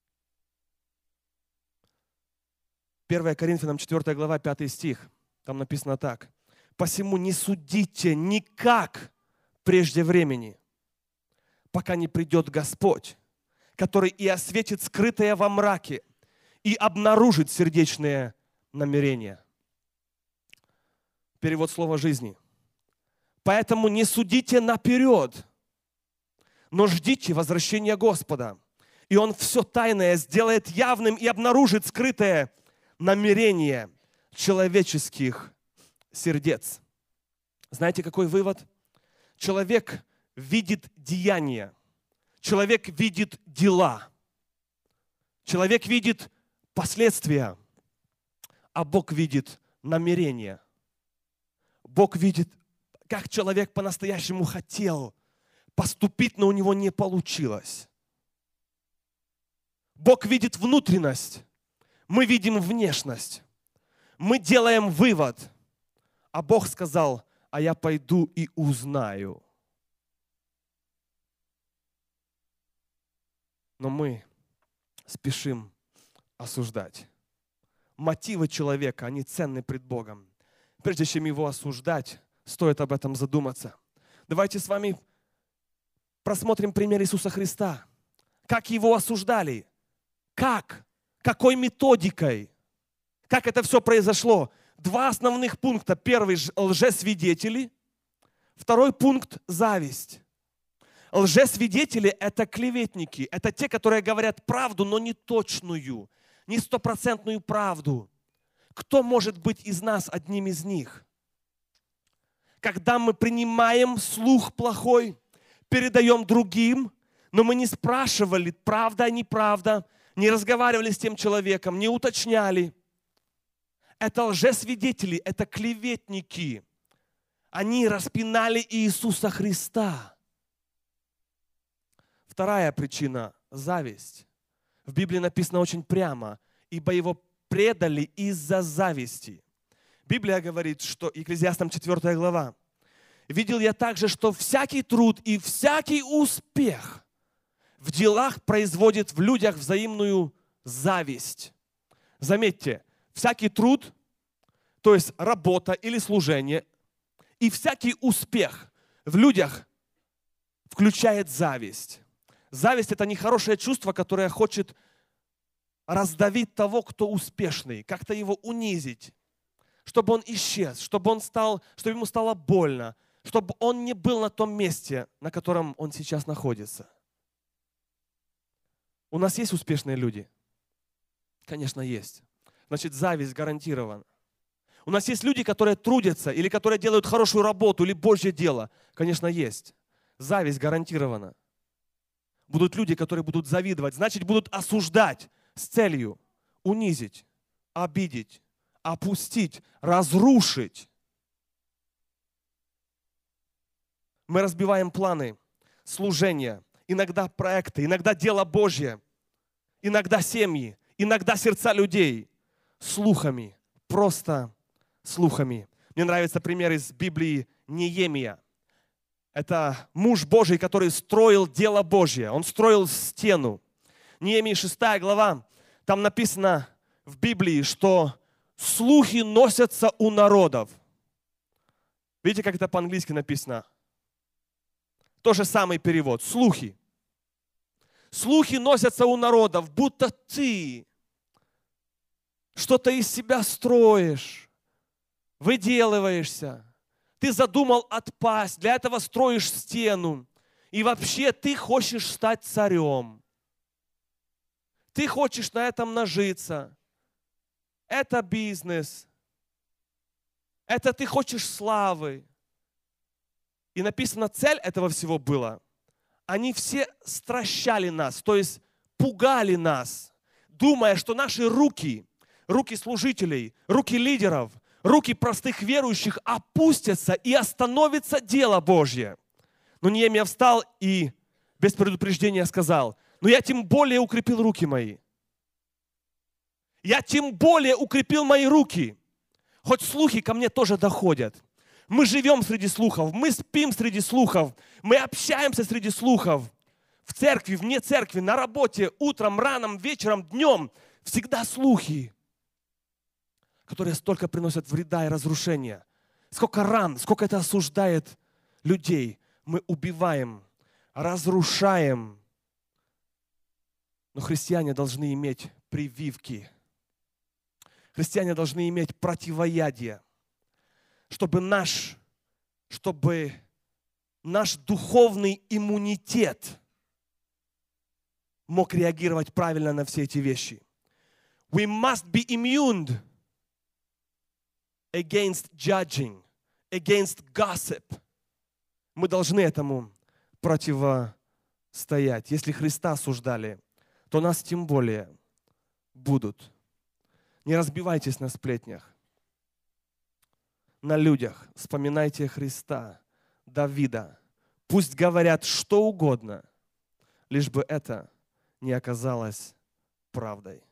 первое Коринфянам четвёртая глава, пятый стих. Там написано так. «Посему не судите никак прежде времени, пока не придет Господь, который и осветит скрытое во мраке, и обнаружит сердечные намерения». Перевод слова жизни. «Поэтому не судите наперед, но ждите возвращения Господа, и Он все тайное сделает явным и обнаружит скрытое намерение человеческих сердец». Знаете, какой вывод? Человек видит деяния, человек видит дела, человек видит последствия, а Бог видит намерения. Бог видит, как человек по-настоящему хотел поступить, но у него не получилось. Бог видит внутренность, мы видим внешность. Мы делаем вывод, а Бог сказал, а я пойду и узнаю. Но мы спешим осуждать. Мотивы человека, они ценны пред Богом. Прежде чем его осуждать, стоит об этом задуматься. Давайте с вами просмотрим пример Иисуса Христа. Как его осуждали? Как? Какой методикой? Как это все произошло? Два основных пункта. Первый – лжесвидетели. Второй пункт – зависть. Лжесвидетели – это клеветники. Это те, которые говорят правду, но не точную, не стопроцентную правду. Кто может быть из нас одним из них? когда мы принимаем слух плохой, передаем другим, но мы не спрашивали, правда, неправда, не разговаривали с тем человеком, не уточняли. Это лжесвидетели, это клеветники. Они распинали Иисуса Христа. Вторая причина – зависть. В Библии написано очень прямо, ибо его предали из-за зависти. Библия говорит, что, Екклезиастам четвёртая глава, «Видел я также, что всякий труд и всякий успех в делах производит в людях взаимную зависть». Заметьте, всякий труд, то есть работа или служение, и всякий успех в людях включает зависть. Зависть – это нехорошее чувство, которое хочет раздавить того, кто успешный, как-то его унизить, чтобы он исчез, чтобы, он стал, чтобы ему стало больно, чтобы он не был на том месте, на котором он сейчас находится. У нас есть успешные люди? Конечно, есть. Значит, зависть гарантирована. У нас есть люди, которые трудятся, или которые делают хорошую работу, или Божье дело? Конечно, есть. Зависть гарантирована. Будут люди, которые будут завидовать, значит, будут осуждать с целью унизить, обидеть, опустить, разрушить. Мы разбиваем планы, служения, иногда проекты, иногда дело Божье, иногда семьи, иногда сердца людей слухами, просто слухами. Мне нравится пример из Библии Неемия. Это муж Божий, который строил дело Божье. Он строил стену. Неемия шестая глава, там написано в Библии, что слухи носятся у народов. Видите, как это по-английски написано? То же самый перевод. Слухи. Слухи носятся у народов, будто ты что-то из себя строишь, выделываешься. Ты задумал отпасть, для этого строишь стену. И вообще ты хочешь стать царем. Ты хочешь на этом нажиться. Это бизнес. Это ты хочешь славы. И написано, цель этого всего была. Они все стращали нас, то есть пугали нас, думая, что наши руки, руки служителей, руки лидеров, руки простых верующих опустятся и остановится дело Божье. Но Неемия встал и без предупреждения сказал, но я тем более укрепил руки мои. Я тем более укрепил мои руки. Хоть слухи ко мне тоже доходят. Мы живем среди слухов, мы спим среди слухов, мы общаемся среди слухов. В церкви, вне церкви, на работе, утром, раном, вечером, днем. Всегда слухи, которые столько приносят вреда и разрушения. Сколько ран, сколько это осуждает людей. Мы убиваем, разрушаем. Но христиане должны иметь прививки. Христиане должны иметь противоядие, чтобы наш, чтобы наш духовный иммунитет мог реагировать правильно на все эти вещи. We must be immune against judging, against gossip. Мы должны этому противостоять. Если Христа осуждали, то нас тем более будут. Не разбивайтесь на сплетнях, на людях. Вспоминайте Христа, Давида. Пусть говорят что угодно, лишь бы это не оказалось правдой.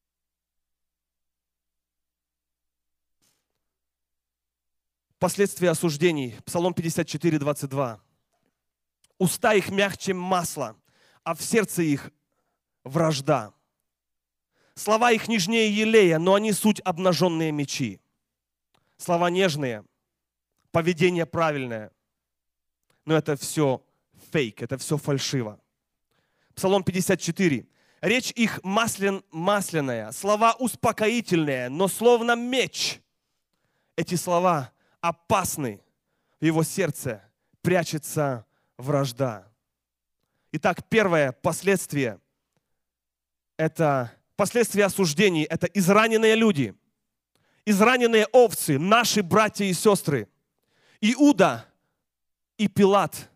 Последствия осуждений. Псалом пятьдесят четыре, двадцать два. Уста их мягче масла, а в сердце их вражда. Слова их нежнее елея, но они суть обнаженные мечи. Слова нежные, поведение правильное. Но это все фейк, это все фальшиво. Псалом пятьдесят четыре. Речь их маслен, масляная, слова успокоительные, но словно меч. Эти слова опасны. В его сердце прячется вражда. Итак, первое последствие – это последствия осуждений, это израненные люди, израненные овцы, наши братья и сестры. Иуда и Пилат.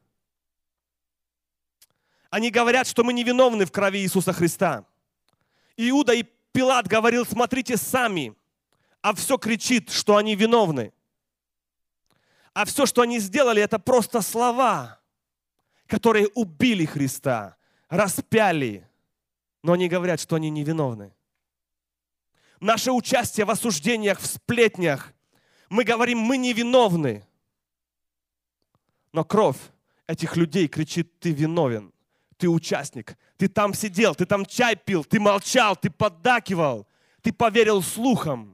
Они говорят, что мы невиновны в крови Иисуса Христа. Иуда и Пилат говорил: смотрите сами, а все кричит, что они виновны. А все, что они сделали, это просто слова, которые убили Христа, распяли. Но они говорят, что они невиновны. Наше участие в осуждениях, в сплетнях, мы говорим: мы невиновны. Но кровь этих людей кричит: ты виновен, ты участник, ты там сидел, ты там чай пил, ты молчал, ты поддакивал, ты поверил слухам.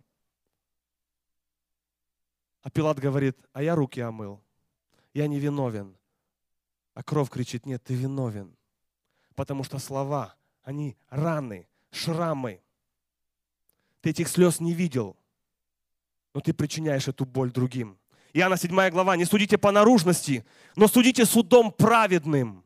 А Пилат говорит: а я руки омыл, я не виновен. А кровь кричит: нет, ты виновен. Потому что слова, они раны, шрамы. Ты этих слез не видел, но ты причиняешь эту боль другим. Иоанна седьмая глава: не судите по наружности, но судите судом праведным.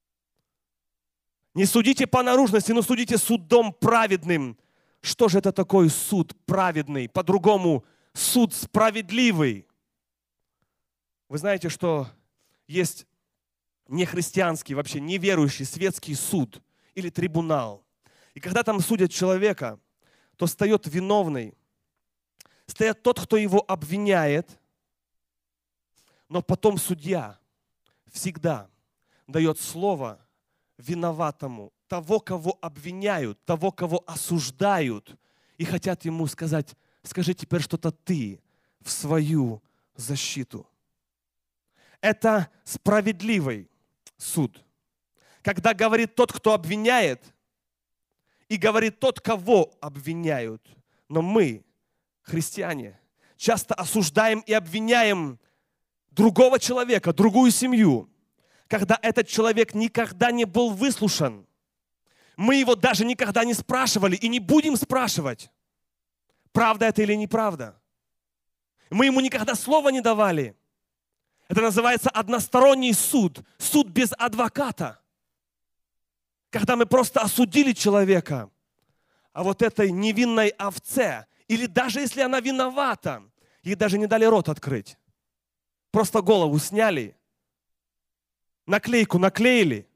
Не судите по наружности, но судите судом праведным. Что же это такое суд праведный? По-другому, суд справедливый. Вы знаете, что есть нехристианский, вообще неверующий светский суд или трибунал. И когда там судят человека, то встает виновный, встает тот, кто его обвиняет, но потом судья всегда дает слово виноватому, того, кого обвиняют, того, кого осуждают, и хотят ему сказать: скажи теперь что-то ты в свою защиту. Это справедливый суд. Когда говорит тот, кто обвиняет, и говорит тот, кого обвиняют. Но мы, христиане, часто осуждаем и обвиняем другого человека, другую семью, когда этот человек никогда не был выслушан. Мы его даже никогда не спрашивали и не будем спрашивать, правда это или неправда. Мы ему никогда слова не давали. Это называется односторонний суд, суд без адвоката. Когда мы просто осудили человека, а вот этой невинной овце, или даже если она виновата, ей даже не дали рот открыть. Просто голову сняли, наклейку наклеили,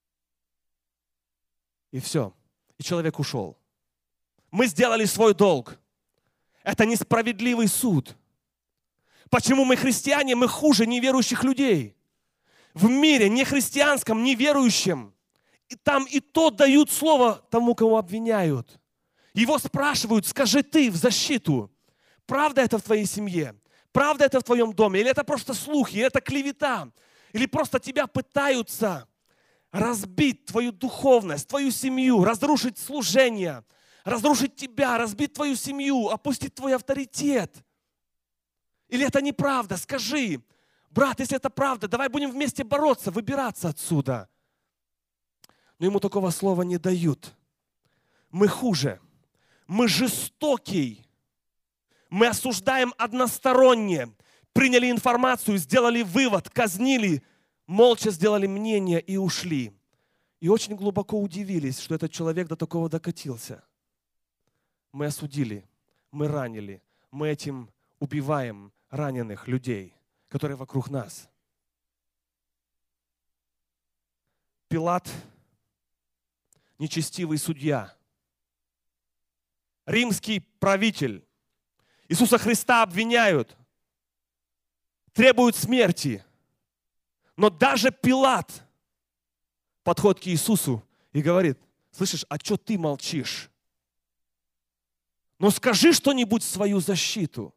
и все. И человек ушел. Мы сделали свой долг. Это несправедливый суд. Почему мы, христиане, мы хуже неверующих людей? В мире нехристианском, неверующем, и там и то дают слово тому, кого обвиняют. Его спрашивают: скажи ты в защиту, правда это в твоей семье? Правда это в твоем доме? Или это просто слухи, или это клевета? Или просто тебя пытаются разбить твою духовность, твою семью, разрушить служение, разрушить тебя, разбить твою семью, опустить твой авторитет? Или это неправда? Скажи: брат, если это правда, давай будем вместе бороться, выбираться отсюда. Но ему такого слова не дают. Мы хуже. Мы жестокий. Мы осуждаем односторонне. Приняли информацию, сделали вывод, казнили, молча сделали мнение и ушли. И очень глубоко удивились, что этот человек до такого докатился. Мы осудили, мы ранили, мы этим убиваем раненых людей, которые вокруг нас. Пилат – нечестивый судья. Римский правитель. Иисуса Христа обвиняют, требуют смерти. Но даже Пилат подходит к Иисусу и говорит: слышишь, а что ты молчишь? Ну скажи что-нибудь в свою защиту.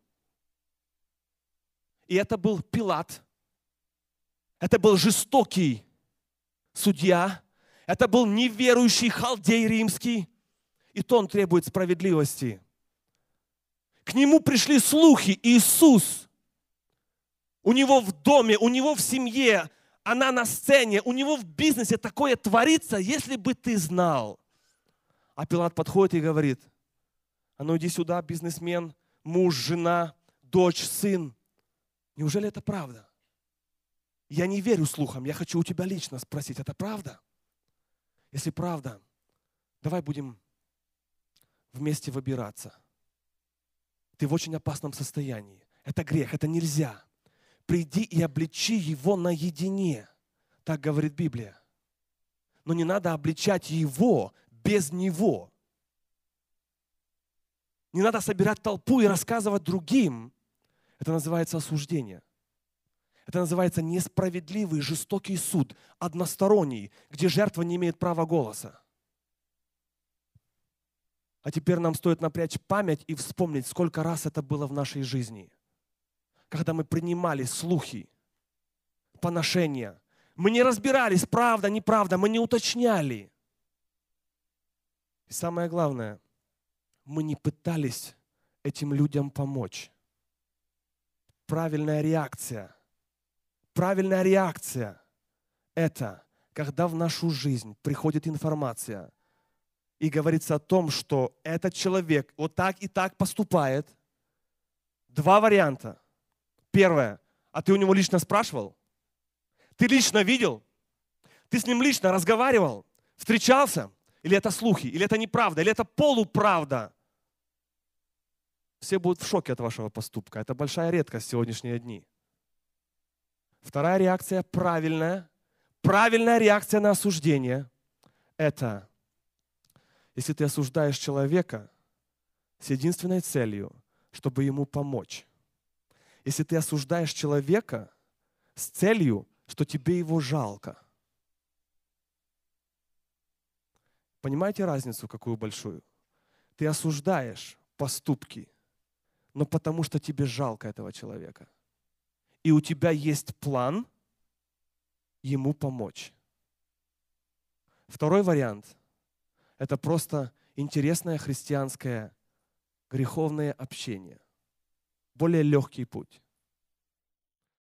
И это был Пилат. Это был жестокий судья. Это был неверующий халдей римский. И то он требует справедливости. К нему пришли слухи: Иисус, у него в доме, у него в семье, она на сцене, у него в бизнесе такое творится, если бы ты знал. А Пилат подходит и говорит: а ну иди сюда, бизнесмен, муж, жена, дочь, сын. Неужели это правда? Я не верю слухам, я хочу у тебя лично спросить, это правда? Если правда, давай будем вместе выбираться. Ты в очень опасном состоянии. Это грех, это нельзя. приди и обличи его наедине. Так говорит Библия. Но не надо обличать его без него. Не надо собирать толпу и рассказывать другим. Это называется осуждение. Это называется несправедливый, жестокий суд, односторонний, где жертва не имеет права голоса. А теперь нам стоит напрячь память и вспомнить, сколько раз это было в нашей жизни. Когда мы принимали слухи, поношения. Мы не разбирались, правда, неправда, мы не уточняли. И самое главное, мы не пытались этим людям помочь. Правильная реакция. Правильная реакция – это когда в нашу жизнь приходит информация и говорится о том, что этот человек вот так и так поступает. Два варианта. Первое. А ты у него лично спрашивал? Ты лично видел? Ты с ним лично разговаривал? Встречался? Или это слухи? Или это неправда? Или это полуправда? Все будут в шоке от вашего поступка. Это большая редкость в сегодняшние дни. Вторая реакция правильная. Правильная реакция на осуждение – это если ты осуждаешь человека с единственной целью, чтобы ему помочь. Если ты осуждаешь человека с целью, что тебе его жалко. Понимаете разницу какую большую? Ты осуждаешь поступки, но потому что тебе жалко этого человека. И у тебя есть план ему помочь. Второй вариант – это просто интересное христианское греховное общение. Более легкий путь.